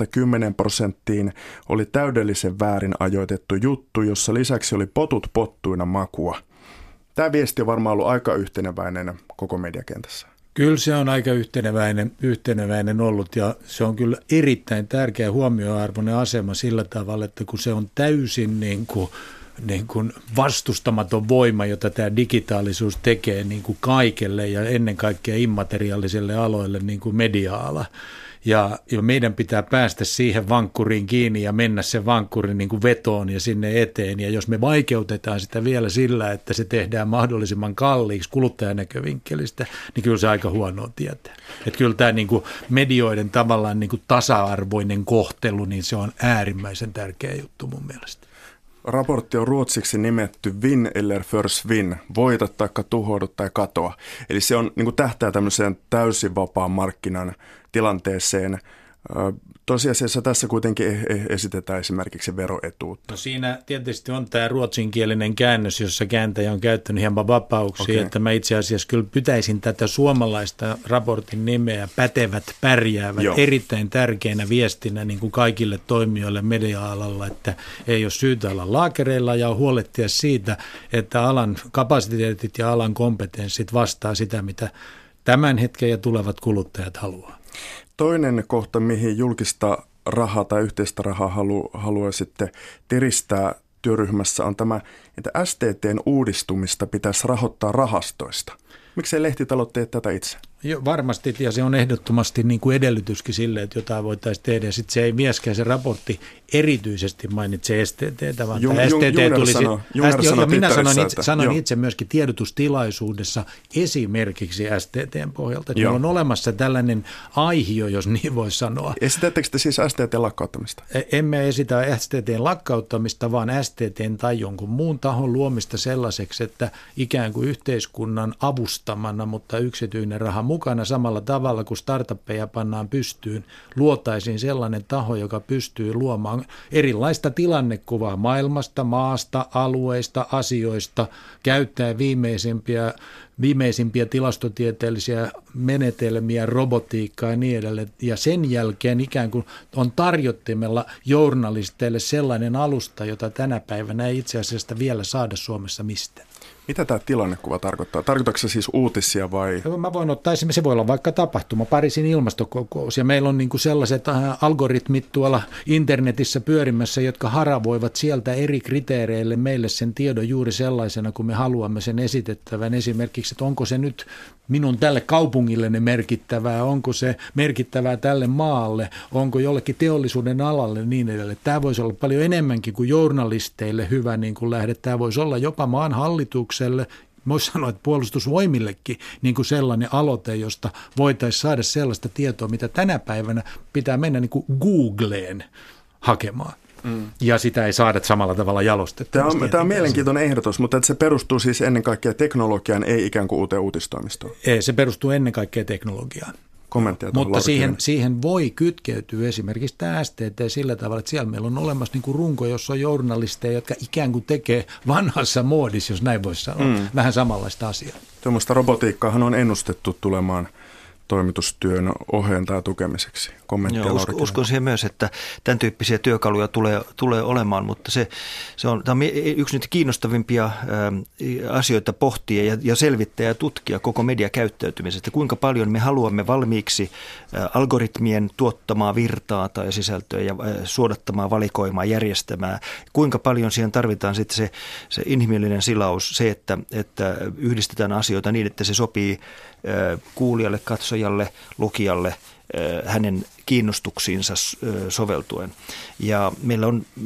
0–10% oli täydellisen väärin ajoitettu juttu, jossa lisäksi oli potut pottuina makua. Tämä viesti on varmaan ollut aika yhteneväinen koko mediakentässä. Kyllä se on aika yhteneväinen ollut ja se on kyllä erittäin tärkeä huomioarvoinen asema sillä tavalla, että kun se on täysin niin kuin vastustamaton voima, jota tämä digitaalisuus tekee niin kuin kaikelle ja ennen kaikkea immateriaaliselle aloille niin kuin media-ala. Ja meidän pitää päästä siihen vankkuriin kiinni ja mennä sen vankkurin niin kuin vetoon ja sinne eteen. Ja jos me vaikeutetaan sitä vielä sillä, että se tehdään mahdollisimman kalliiksi kuluttajan näkövinkkelistä, niin kyllä se aika huonoa tietää. Että kyllä tämä niin kuin medioiden tavallaan niin kuin tasa-arvoinen kohtelu, niin se on äärimmäisen tärkeä juttu mun mielestä. Raportti on ruotsiksi nimetty Win eller försvinn, voita tai tuhoudu tai katoa. Eli se on, niin kuin tähtää tämmöiseen täysin vapaan markkinan tilanteeseen. Tosiasiassa tässä kuitenkin esitetään esimerkiksi veroetuutta. No siinä tietysti on tämä ruotsinkielinen käännös, jossa kääntäjä on käyttänyt hieman vapauksia, että mä itse asiassa kyllä pitäisin tätä suomalaista raportin nimeä pätevät, pärjäävät, erittäin tärkeänä viestinä niin kuin kaikille toimijoille media-alalla, että ei ole syytä olla laakereilla ja huolehtia siitä, että alan kapasiteetit ja alan kompetenssit vastaa sitä, mitä tämän hetken ja tulevat kuluttajat haluaa. Toinen kohta, mihin julkista rahaa tai yhteistä rahaa haluaa sitten tiristää työryhmässä on tämä, että STT:n uudistumista pitäisi rahoittaa rahastoista. Miksei lehtitalot tee tätä itse? Jo, varmasti, ja se on ehdottomasti niin kuin edellytyskin sille, että jotain voitaisiin tehdä. Ja sitten se ei myöskään se raportti erityisesti mainitse STT:tä, vaan STT tulisi. Minä sanoin itse myöskin tiedotustilaisuudessa esimerkiksi STT:n pohjalta, että meillä on olemassa tällainen aihio, jos niin voi sanoa. Esitättekö te siis STT:n lakkauttamista? Emme esitä STT:n lakkauttamista, vaan STT:n tai jonkun muun tahon luomista sellaiseksi, että ikään kuin yhteiskunnan avustamana, mutta yksityinen raha mukana samalla tavalla, kun startuppeja pannaan pystyyn, luotaisiin sellainen taho, joka pystyy luomaan erilaista tilannekuvaa maailmasta, maasta, alueista, asioista, käyttäen viimeisimpiä tilastotieteellisiä menetelmiä, robotiikkaa ja niin edelleen. Ja sen jälkeen ikään kuin on tarjottimella journalisteille sellainen alusta, jota tänä päivänä ei itse asiassa vielä saada Suomessa mistään. Mitä tämä tilannekuva tarkoittaa? Tarkoittaako se siis uutisia vai? Mä voin ottaa esimerkiksi, se voi olla vaikka tapahtuma, Pariisin ilmastokokous, ja meillä on niin kuin sellaiset algoritmit tuolla internetissä pyörimässä, jotka haravoivat sieltä eri kriteereille meille sen tiedon juuri sellaisena, kun me haluamme sen esitettävän. Esimerkiksi, että onko se nyt minun tälle kaupungilleni merkittävää, onko se merkittävää tälle maalle, onko jollekin teollisuuden alalle niin edelleen. Tämä voisi olla paljon enemmänkin kuin journalisteille hyvä niin kuin lähde. Tämä voisi olla jopa maan hallitukselle, voisi sanoa, että puolustusvoimillekin niin kuin sellainen aloite, josta voitaisiin saada sellaista tietoa, mitä tänä päivänä pitää mennä niin kuin Googleen hakemaan. Ja sitä ei saada samalla tavalla jalostettua. Tämä on mielenkiintoinen ehdotus, mutta että se perustuu siis ennen kaikkea teknologiaan, ei ikään kuin uuteen uutistoimistoon. Ei, se perustuu ennen kaikkea teknologiaan. Mutta siihen voi kytkeytyä esimerkiksi tämä STT sillä tavalla, että siellä meillä on olemassa niin kuin runko, jossa on journalisteja, jotka ikään kuin tekee vanhassa muodissa, jos näin voisi sanoa, vähän samanlaista asiaa. Tuommoista robotiikkaahan on ennustettu tulemaan toimitustyön oheen tai tukemiseksi. Uskon siihen myös, että tämän tyyppisiä työkaluja tulee olemaan, mutta tämä on yksi nyt kiinnostavimpia asioita pohtia ja selvittää ja tutkia koko mediakäyttäytymisestä. Kuinka paljon me haluamme valmiiksi algoritmien tuottamaa virtaa tai sisältöä ja suodattamaa valikoimaa järjestämään. Kuinka paljon siihen tarvitaan sitten se inhimillinen silaus, se, että yhdistetään asioita niin, että se sopii kuulijalle, katsojalle, lukijalle, hänen kiinnostuksiinsa soveltuen. Ja meillä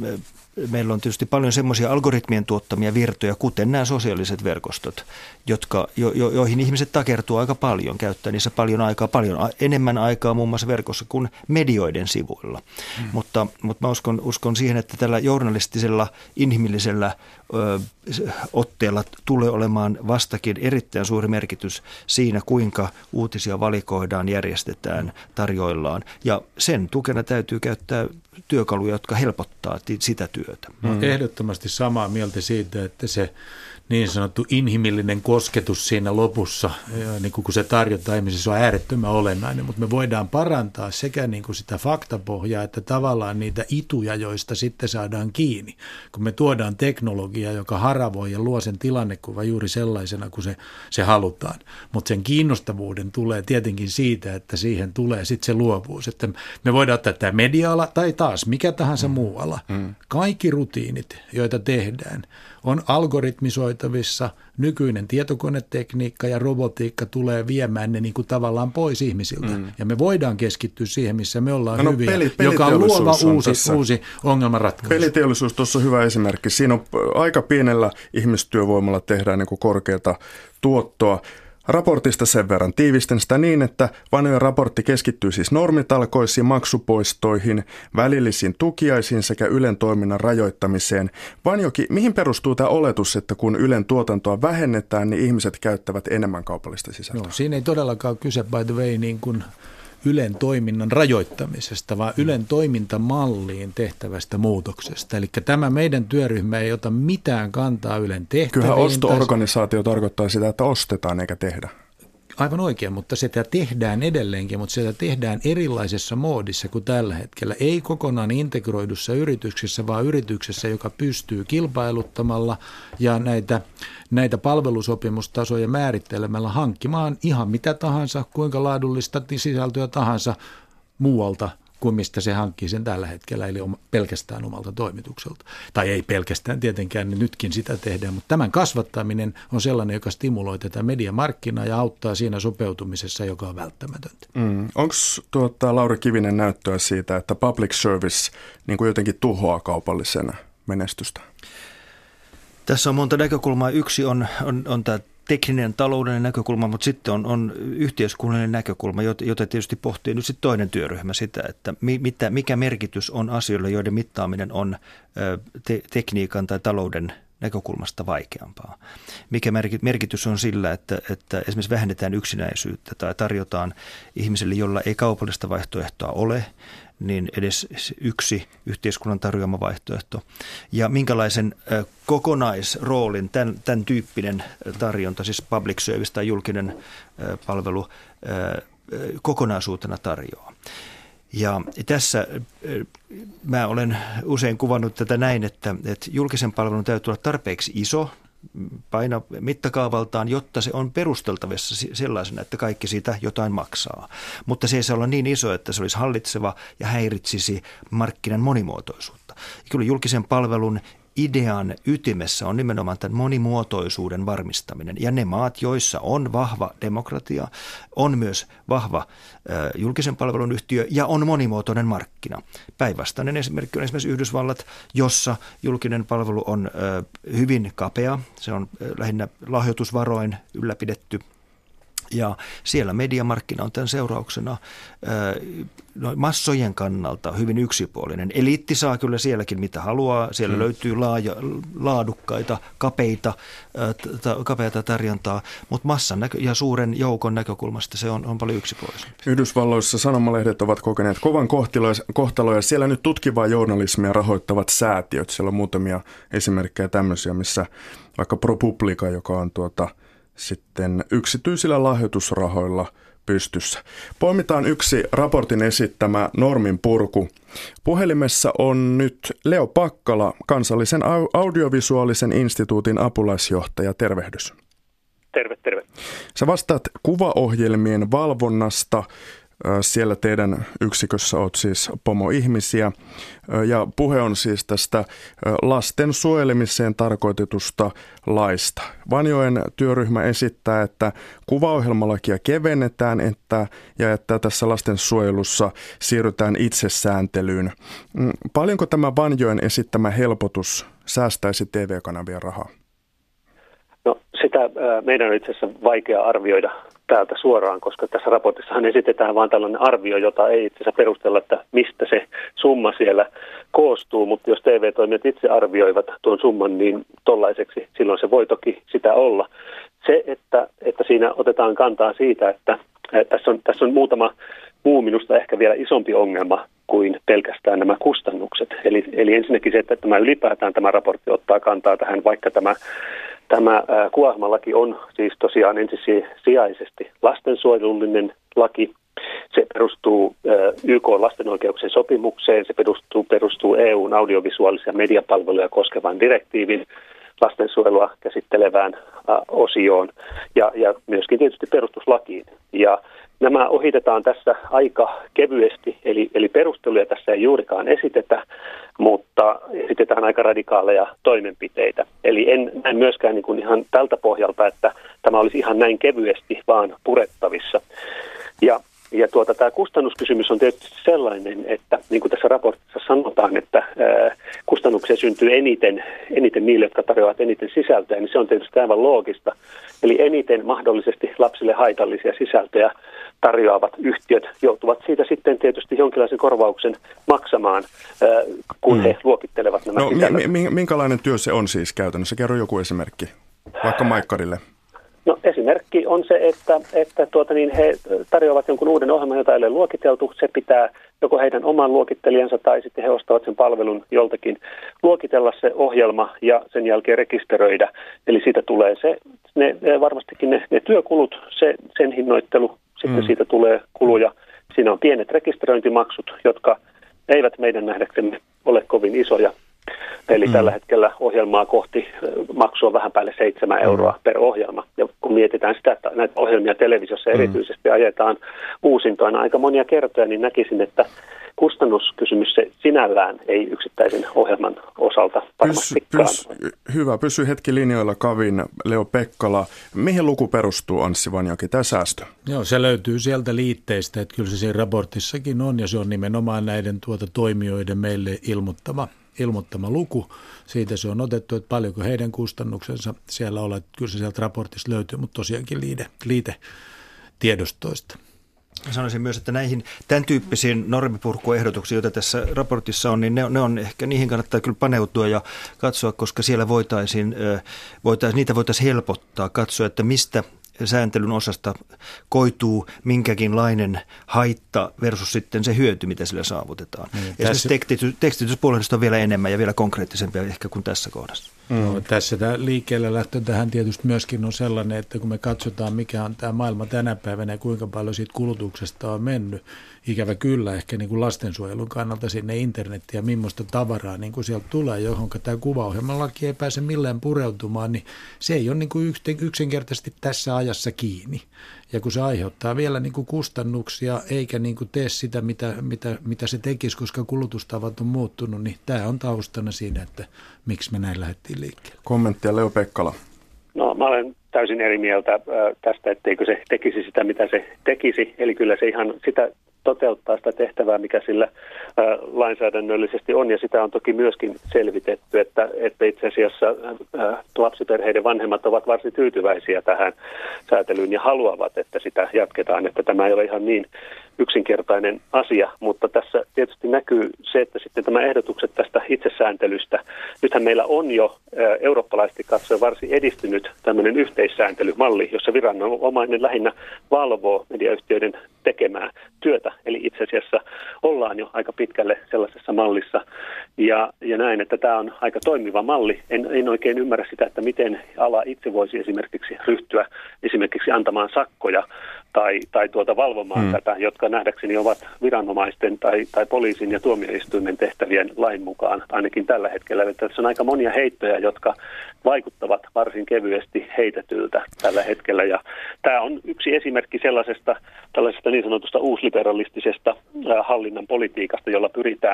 on tietysti paljon semmoisia algoritmien tuottamia virtoja, kuten nämä sosiaaliset verkostot, joihin ihmiset takertuu aika paljon, käyttää niissä paljon enemmän aikaa muun muassa verkossa kuin medioiden sivuilla. Mutta mä uskon siihen, että tällä journalistisella, inhimillisellä otteella tulee olemaan vastakin erittäin suuri merkitys siinä, kuinka uutisia valikoidaan, järjestetään, tarjoillaan. Ja sen tukena täytyy käyttää työkaluja, jotka helpottaa sitä työtä. Ehdottomasti samaa mieltä siitä, että se niin sanottu inhimillinen kosketus siinä lopussa, niin kun se tarjotaan ihmisessä, on äärettömän olennainen, mutta me voidaan parantaa sekä niin kuin sitä faktapohjaa, että tavallaan niitä ituja, joista sitten saadaan kiinni, kun me tuodaan teknologiaa, joka haravoi ja luo sen tilannekuvan juuri sellaisena kuin se halutaan. Mutta sen kiinnostavuuden tulee tietenkin siitä, että siihen tulee sitten se luovuus, että me voidaan ottaa tämä media-ala tai taas mikä tahansa muu ala. Kaikki rutiinit, joita tehdään, on algoritmisoitavissa. Nykyinen tietokonetekniikka ja robotiikka tulee viemään ne niin kuin tavallaan pois ihmisiltä. Ja me voidaan keskittyä siihen, missä me ollaan hyviä, joka on luova uusi ongelmanratkaisu. Peliteollisuus tuossa on hyvä esimerkki. Siinä on aika pienellä ihmistyövoimalla tehdään niin kuin korkeata tuottoa. Raportista sen verran tiivistän sitä niin, että vanhojen raportti keskittyy siis normitalkoisiin, maksupoistoihin, välillisiin tukiaisiin sekä Ylen toiminnan rajoittamiseen. Vanjoki, mihin perustuu tämä oletus, että kun Ylen tuotantoa vähennetään, niin ihmiset käyttävät enemmän kaupallista sisältöä? No, siinä ei todellakaan ole kyse, by the way, niin kuin Ylen toiminnan rajoittamisesta, vaan Ylen toimintamalliin tehtävästä muutoksesta. Eli tämä meidän työryhmä ei ota mitään kantaa Ylen tehtäviin. Kyllähän osto-organisaatio tarkoittaa sitä, että ostetaan eikä tehdä. Aivan oikein, mutta sitä tehdään edelleenkin, mutta sitä tehdään erilaisessa moodissa kuin tällä hetkellä. Ei kokonaan integroidussa yrityksessä, vaan yrityksessä, joka pystyy kilpailuttamalla ja näitä palvelusopimustasoja määrittelemällä hankkimaan ihan mitä tahansa, kuinka laadullista sisältöä tahansa muualta kuin mistä se hankkii sen tällä hetkellä, eli pelkästään omalta toimitukselta. Tai ei pelkästään tietenkään, niin nytkin sitä tehdään, mutta tämän kasvattaminen on sellainen, joka stimuloi tätä mediamarkkinaa ja auttaa siinä sopeutumisessa, joka on välttämätöntä. Onko Lauri Kivinen näyttöä siitä, että public service niin kuin jotenkin tuhoaa kaupallisen menestystä? Tässä on monta näkökulmaa. Yksi on tämä tekninen taloudellinen näkökulma, mutta sitten on yhteiskunnallinen näkökulma, jota tietysti pohtii nyt sitten toinen työryhmä sitä, että mikä merkitys on asioilla, joiden mittaaminen on tekniikan tai talouden näkökulmasta vaikeampaa. Mikä merkitys on sillä, että esimerkiksi vähennetään yksinäisyyttä tai tarjotaan ihmiselle, jolla ei kaupallista vaihtoehtoa ole, niin edes yksi yhteiskunnan tarjoama vaihtoehto. Ja minkälaisen kokonaisroolin tämän tyyppinen tarjonta, siis public service tai julkinen palvelu kokonaisuutena tarjoaa. Ja tässä mä olen usein kuvannut tätä näin, että julkisen palvelun täytyy olla tarpeeksi iso mittakaavaltaan, jotta se on perusteltavissa sellaisena, että kaikki siitä jotain maksaa. Mutta se ei saa olla niin iso, että se olisi hallitseva ja häiritsisi markkinan monimuotoisuutta. Ja kyllä julkisen palvelun idean ytimessä on nimenomaan tämän monimuotoisuuden varmistaminen. Ja ne maat, joissa on vahva demokratia, on myös vahva julkisen palvelun yhtiö ja on monimuotoinen markkina. Päinvastainen esimerkki on esimerkiksi Yhdysvallat, jossa julkinen palvelu on hyvin kapea. Se on lähinnä lahjoitusvaroin ylläpidetty. Ja siellä mediamarkkina on tämän seurauksena massojen kannalta hyvin yksipuolinen. Eliitti saa kyllä sielläkin mitä haluaa. Siellä löytyy laadukkaita, kapeata tarjontaa, mutta massan ja suuren joukon näkökulmasta se on paljon yksipuolisempi. Yhdysvalloissa sanomalehdet ovat kokeneet kovan kohtaloja. Siellä nyt tutkivaa journalismia rahoittavat säätiöt. Siellä on muutamia esimerkkejä tämmöisiä, missä vaikka ProPublica, joka on sitten yksityisillä lahjoitusrahoilla pystyssä. Poimitaan yksi raportin esittämä normin purku. Puhelimessa on nyt Leo Pakkala, Kansallisen audiovisuaalisen instituutin apulaisjohtaja. Tervehdys. Terve. Sä vastaat kuvaohjelmien valvonnasta. Siellä teidän yksikössä olet siis pomoihmisiä ja puhe on siis tästä lasten suojelemiseen tarkoitetusta laista. Vanjoen työryhmä esittää, että kuvaohjelmalakia kevennetään ja että tässä lastensuojelussa siirrytään itsesääntelyyn. Paljonko tämä Vanjoen esittämä helpotus säästäisi TV-kanavien rahaa? No sitä meidän on itse asiassa vaikea arvioida täältä suoraan, koska tässä raportissahan esitetään vain tällainen arvio, jota ei itse asiassa perustella, että mistä se summa siellä koostuu, mutta jos TV-toimijat itse arvioivat tuon summan, niin tollaiseksi silloin se voi toki sitä olla. Se, että siinä otetaan kantaa siitä, että tässä on muutama muu minusta ehkä vielä isompi ongelma kuin pelkästään nämä kustannukset. Eli ensinnäkin se, että ylipäätään tämä raportti ottaa kantaa tähän, vaikka tämä kuvaohjelmalaki on siis tosiaan ensisijaisesti lastensuojelullinen laki. Se perustuu YK:n lasten oikeuksien sopimukseen, se perustuu EU:n audiovisuaalisia mediapalveluja koskevan direktiivin lastensuojelua käsittelevään osioon ja myöskin tietysti perustuslakiin. Ja nämä ohitetaan tässä aika kevyesti, eli perusteluja tässä ei juurikaan esitetä, mutta esitetään aika radikaaleja toimenpiteitä. Eli en näe myöskään niin kuin ihan tältä pohjalta, että tämä olisi ihan näin kevyesti vaan purettavissa. Ja tämä kustannuskysymys on tietysti sellainen, että niin kuin tässä raportissa sanotaan, että kustannuksia syntyy eniten niille, jotka tarjoavat eniten sisältöä, niin se on tietysti aivan loogista. Eli eniten mahdollisesti lapsille haitallisia sisältöjä tarjoavat yhtiöt joutuvat siitä sitten tietysti jonkinlaisen korvauksen maksamaan, kun he luokittelevat nämä sisällöt. Minkälainen työ se on siis käytännössä? Kerro joku esimerkki, vaikka Maikkarille. No esimerkki on se, että he tarjoavat jonkun uuden ohjelman, jota ei ole luokiteltu. Se pitää joko heidän oman luokittelijansa tai sitten he ostavat sen palvelun joltakin luokitella se ohjelma ja sen jälkeen rekisteröidä. Eli siitä tulee varmastikin ne työkulut, sen hinnoittelu, sitten siitä tulee kuluja. Siinä on pienet rekisteröintimaksut, jotka eivät meidän nähdäksemme ole kovin isoja. Eli tällä hetkellä ohjelmaa kohti maksua vähän päälle 7 euroa per ohjelma. Ja kun mietitään sitä, että näitä ohjelmia televisiossa erityisesti ajetaan uusintoina aika monia kertoja, niin näkisin, että kustannuskysymys se sinällään ei yksittäisen ohjelman osalta varmastikaan. Hyvä, pysy hetki linjoilla Kavin, Leo Pekkala. Mihin luku perustuu, Anssi Vanjoki, tämä säästö? Joo, se löytyy sieltä liitteistä, että kyllä se siinä raportissakin on, ja se on nimenomaan näiden toimijoiden meille ilmoittama luku. Siitä se on otettu, että paljonko heidän kustannuksensa siellä on, että kyllä se sieltä raportista löytyy, mutta tosiaankin liite tiedostoista. Sanoisin myös, että tämän tyyppisiin normipurkuehdotuksiin, joita tässä raportissa on, niin ne on ehkä, niihin kannattaa kyllä paneutua ja katsoa, koska siellä niitä voitaisiin helpottaa, katsoa, että mistä sääntelyn osasta koituu minkäkinlainen haitta versus sitten se hyöty, mitä sillä saavutetaan. Esimerkiksi tekstityspuolesta on vielä enemmän ja vielä konkreettisempia ehkä kuin tässä kohdassa. No, tässä tämä liikkeelle lähtö tähän tietysti myöskin on sellainen, että kun me katsotaan, mikä on tämä maailma tänä päivänä ja kuinka paljon siitä kulutuksesta on mennyt, ikävä kyllä ehkä niin kuin lastensuojelun kannalta sinne internettiin ja millaista tavaraa niin kuin sieltä tulee, johon tämä kuvaohjelmalaki ei pääse millään pureutumaan, niin se ei ole niin kuin yksinkertaisesti tässä ajassa kiinni. Ja kun se aiheuttaa vielä niin kuin kustannuksia eikä niin kuin tee sitä, mitä se tekisi, koska kulutustavat on muuttunut, niin tämä on taustana siinä, että miksi me näin lähdettiin liikkeelle. Kommenttia Leo Pekkala. No, mä olen täysin eri mieltä tästä, etteikö se tekisi sitä, mitä se tekisi. Eli kyllä se ihan sitä toteuttaa sitä tehtävää, mikä sillä lainsäädännöllisesti on, ja sitä on toki myöskin selvitetty, että itse asiassa lapsiperheiden vanhemmat ovat varsin tyytyväisiä tähän säätelyyn ja haluavat, että sitä jatketaan, että tämä ei ole ihan niin yksinkertainen asia, mutta tässä tietysti näkyy se, että sitten tämä ehdotukset tästä itsesääntelystä, nythän meillä on jo eurooppalaisesti katsoen varsin edistynyt tämmöinen yhteissääntelymalli, jossa viranomainen lähinnä valvoo mediayhtiöiden tekemää työtä, eli itse asiassa ollaan jo aika pitkälle sellaisessa mallissa, ja näin, että tämä on aika toimiva malli. En oikein ymmärrä sitä, että miten ala itse voisi esimerkiksi ryhtyä esimerkiksi antamaan sakkoja tai valvomaan tätä, jotka nähdäkseni ovat viranomaisten tai poliisin ja tuomioistuimen tehtävien lain mukaan ainakin tällä hetkellä. Että tässä on aika monia heittoja, jotka vaikuttavat varsin kevyesti heitetyltä tällä hetkellä. Ja tämä on yksi esimerkki tällaisesta niin sanotusta uusliberalistisesta hallinnan politiikasta, jolla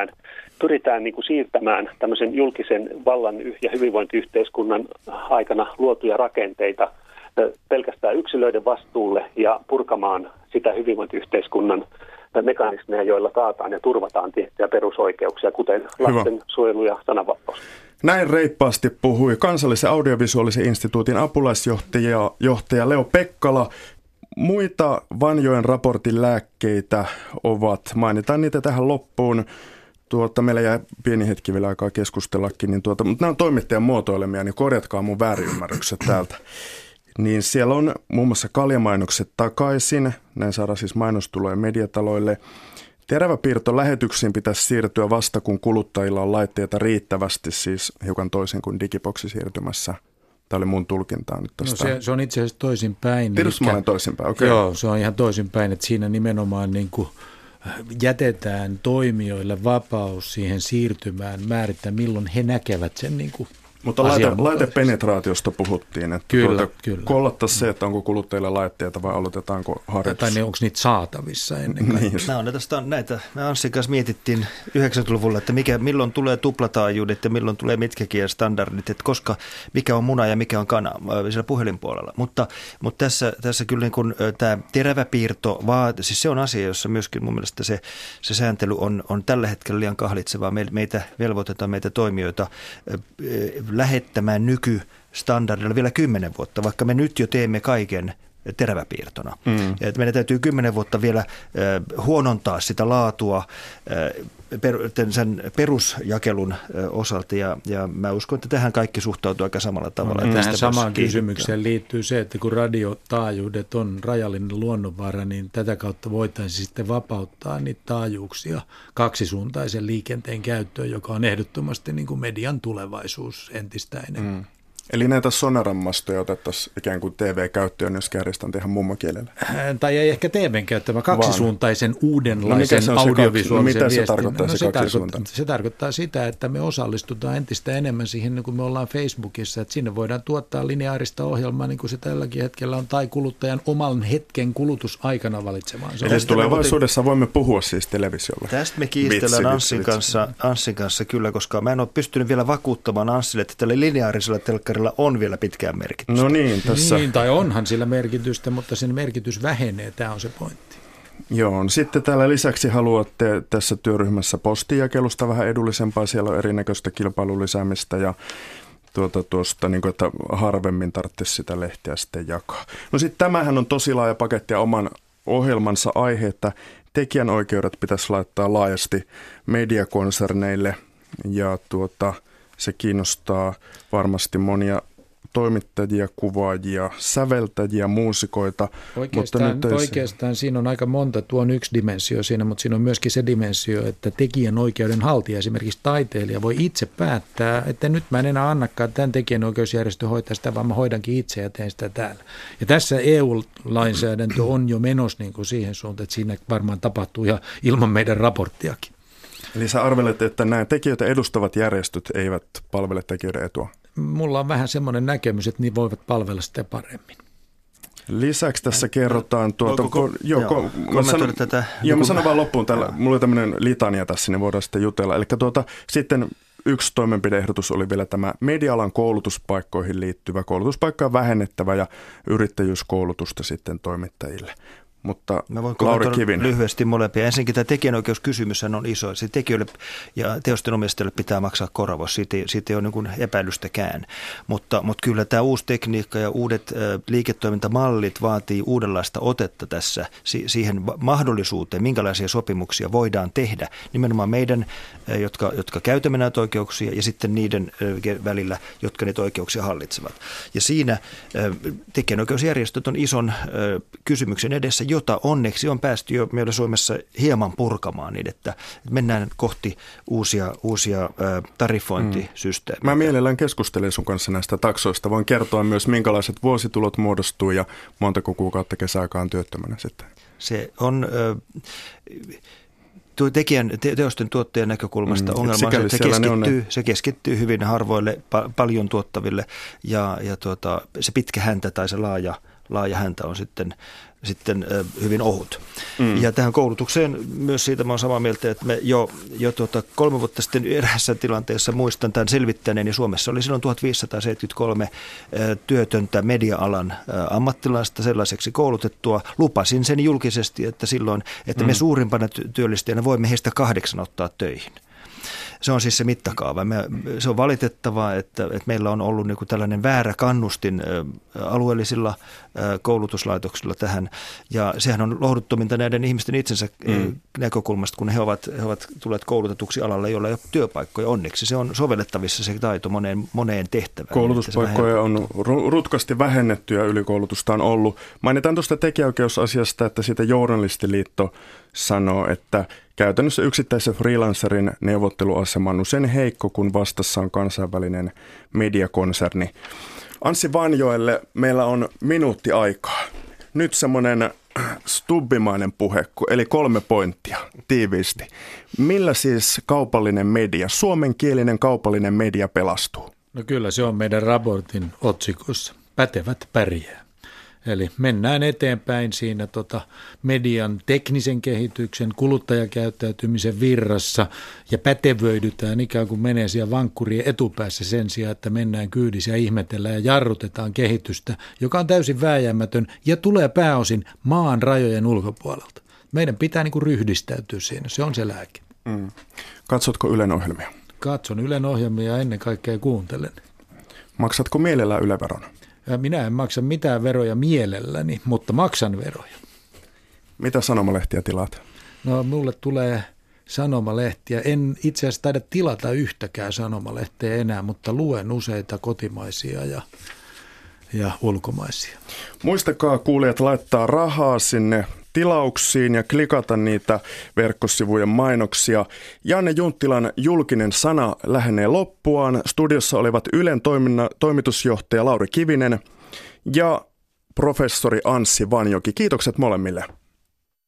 pyritään niin kuin siirtämään tämmöisen julkisen vallan ja hyvinvointiyhteiskunnan aikana luotuja rakenteita pelkästään yksilöiden vastuulle ja purkamaan sitä hyvinvointiyhteiskunnan mekanismeja, joilla taataan ja turvataan tiettyjä perusoikeuksia, kuten lastensuojelu ja sananvapaus. Näin reippaasti puhui Kansallisen audiovisuaalisen instituutin apulaisjohtaja Leo Pekkala. Muita Vanjoen raportin lääkkeitä ovat, mainitaan niitä tähän loppuun. Meillä jää pieni hetki vielä aikaa keskustellakin, mutta nämä on toimittajan muotoilemia, niin korjatkaa mun väärinymmärrykset täältä. Niin siellä on muun muassa kaljamainokset takaisin, näin saadaan siis mainostuloja mediataloille. Teräväpiirtolähetyksiin pitäisi siirtyä vasta, kun kuluttajilla on laitteita riittävästi, siis hiukan toisin kuin digiboksisiirtymässä. Tämä oli mun tulkintaa nyt tästä. No se on itse asiassa toisinpäin. Tietysti mä olen toisinpäin, okei. Joo, se on ihan toisinpäin, että siinä nimenomaan niin kuin jätetään toimijoille vapaus siihen siirtymään, määrittää milloin he näkevät sen niin kuin. Mutta laitepenetraatiosta puhuttiin, että kyllä. Kollattaisiin se, että onko kuluttajille laitteita vai aloitetaanko harjoitus. Tai onko niitä saatavissa ennen kaikkea. Näitä me Anssin kanssa mietittiin 90-luvulla, että milloin tulee tuplataajuudet ja milloin tulee standardit, että mikä on muna ja mikä on kana siellä puhelinpuolella. Mutta tässä kyllä niin kuin tämä teräväpiirto, siis se on asia, jossa myöskin mun mielestä se sääntely on tällä hetkellä liian kahlitsevaa. Meitä velvoitetaan meitä toimijoita lähettämään nykystandardilla vielä 10 vuotta, vaikka me nyt jo teemme kaiken teräväpiirtona. Et meidän täytyy 10 vuotta vielä huonontaa sitä laatua sen perusjakelun osalta, ja mä uskon, että tähän kaikki suhtautuu aika samalla tavalla. Tähän samaan kysymykseen liittyy se, että kun radiotaajuudet on rajallinen luonnonvara, niin tätä kautta voitaisiin sitten vapauttaa niitä taajuuksia kaksisuuntaisen liikenteen käyttöön, joka on ehdottomasti niin kuin median tulevaisuus entistä enemmän. Eli näitä Sonoran-mastoja otettaisiin ikään kuin TV-käyttöön, jos käännetään ihan mummokielellä. Tai ei ehkä TVn käyttämä kaksisuuntaisen uudenlaisen audiovisuaalisen mitä se viestin. tarkoittaa Se tarkoittaa sitä, että me osallistutaan entistä enemmän siihen, niin kuin me ollaan Facebookissa, että sinne voidaan tuottaa lineaarista ohjelmaa, niin kuin se tälläkin hetkellä on, tai kuluttajan oman hetken kulutusaikana valitsemaan. Eli tulevaisuudessa voimme puhua siis televisiolle. Tästä me kiistellään Anssin kanssa kyllä, koska mä en ole pystynyt vielä vakuuttamaan Anssille, että tällä lineaarisella telkkarilla on vielä pitkään merkitystä. No niin, tässä. Niin, tai onhan sillä merkitystä, mutta sen merkitys vähenee, tämä on se pointti. Joo, sitten täällä lisäksi haluatte tässä työryhmässä postijakelusta vähän edullisempaa, siellä on erinäköistä kilpailun lisäämistä ja tuosta, niin kuin, että harvemmin tarvitsisi sitä lehteä sitten jakaa. No sitten tämähän on tosi laaja paketti ja oman ohjelmansa aihe, että tekijänoikeudet pitäisi laittaa laajasti mediakonserneille ja se kiinnostaa varmasti monia toimittajia, kuvaajia, säveltäjiä, muusikoita. Oikeastaan siinä on aika monta, tuo on yksi dimensio siinä, mutta siinä on myöskin se dimensio, että tekijänoikeuden haltija, esimerkiksi taiteilija, voi itse päättää, että nyt mä en enää annakaan tämän tekijänoikeusjärjestön hoitaa sitä, vaan mä hoidankin itse ja teen sitä täällä. Ja tässä EU-lainsäädäntö on jo menossa niin kuin siihen suuntaan, että siinä varmaan tapahtuu ja ilman meidän raporttiakin. Eli sä arvelet, että nämä tekijöitä edustavat järjestöt eivät palvele tekijöiden etua? Mulla on vähän semmoinen näkemys, että niin voivat palvella sitä paremmin. Lisäksi tässä kerrotaan mä sanon vaan loppuun tällä. Mulla oli tämmöinen litania tässä, niin voidaan sitten jutella. Eli sitten yksi toimenpideehdotus oli vielä tämä media-alan koulutuspaikkoihin liittyvä koulutuspaikka vähennettävä ja yrittäjyyskoulutusta sitten toimittajille. Mutta mä voin Lauri Kivinen. Lyhyesti molempia. Ensinnäkin tämä tekijänoikeuskysymys on iso. Se tekijöille ja teosten omistajille pitää maksaa korvaus. Siitä ei ole niin kuin epäilystäkään. Mutta kyllä tämä uusi tekniikka ja uudet liiketoimintamallit vaatii uudenlaista otetta tässä siihen mahdollisuuteen, minkälaisia sopimuksia voidaan tehdä. Nimenomaan meidän, jotka käytämme näitä oikeuksia ja sitten niiden välillä, jotka niitä oikeuksia hallitsevat. Ja siinä tekijänoikeusjärjestöt on ison kysymyksen edessä, jota onneksi on päästy jo meillä Suomessa hieman purkamaan niin, että mennään kohti uusia tarifointisysteemejä. Mä mielellään keskustelen sun kanssa näistä taksoista. Voin kertoa myös, minkälaiset vuositulot muodostuu ja montako kuukautta kesäaikaan työttömänä sitten. Se on teosten tuottajan näkökulmasta ongelma on se, että se keskittyy hyvin harvoille, paljon tuottaville ja se pitkä häntä tai se laaja häntä on sitten hyvin ohut. Ja tähän koulutukseen myös siitä mä olen samaa mieltä, että me jo 3 vuotta sitten eräässä tilanteessa muistan tämän selvittäneen, ja Suomessa oli silloin 1573 työtöntä media-alan ammattilaista sellaiseksi koulutettua. Lupasin sen julkisesti, että silloin, että me suurimpana työllistäjänä voimme heistä 8 ottaa töihin. Se on siis se mittakaava. Se on valitettavaa, että meillä on ollut niin kuin tällainen väärä kannustin alueellisilla koulutuslaitoksilla tähän. Ja sehän on lohduttominta näiden ihmisten itsensä näkökulmasta, kun he ovat tulleet koulutetuksi alalle, jolla ei ole työpaikkoja. Onneksi se on sovellettavissa se taito moneen tehtävään. Koulutuspaikkoja on rutkasti vähennetty ja ylikoulutusta on ollut. Mainitaan tuosta tekijäoikeusasiasta, että siitä Journalistiliitto sanoo, että käytännössä yksittäisen freelancerin neuvotteluasema on usein heikko, kun vastassa on kansainvälinen mediakonserni. Anssi Vanjoelle meillä on minuutti aikaa. Nyt semmoinen stubbimainen puhe, eli 3 pointtia tiiviisti. Millä siis kaupallinen media, suomenkielinen kaupallinen media pelastuu? No kyllä se on meidän raportin otsikossa. Pätevät pärjää. Eli mennään eteenpäin siinä median teknisen kehityksen, kuluttajakäyttäytymisen virrassa ja pätevöidytään ikään kuin menee siellä vankkurien etupäässä sen sijaan, että mennään kyydissä ja ihmetellään ja jarrutetaan kehitystä, joka on täysin vääjäämätön ja tulee pääosin maan rajojen ulkopuolelta. Meidän pitää niin kuin ryhdistäytyä siinä, se on se lääke. Katsotko Ylen ohjelmia? Katson Ylen ohjelmia ja ennen kaikkea kuuntelen. Maksatko mielellään Yle-veron? Minä en maksa mitään veroja mielelläni, mutta maksan veroja. Mitä sanomalehtiä tilaat? No mulle tulee sanomalehtiä. En itse asiassa taida tilata yhtäkään sanomalehteä enää, mutta luen useita kotimaisia ja ulkomaisia. Muistakaa kuulijat laittaa rahaa sinne tilauksiin ja klikata niitä verkkosivujen mainoksia. Janne Junttilan julkinen sana lähenee loppuaan. Studiossa olivat Ylen toimitusjohtaja Lauri Kivinen ja professori Anssi Vanjoki. Kiitokset molemmille.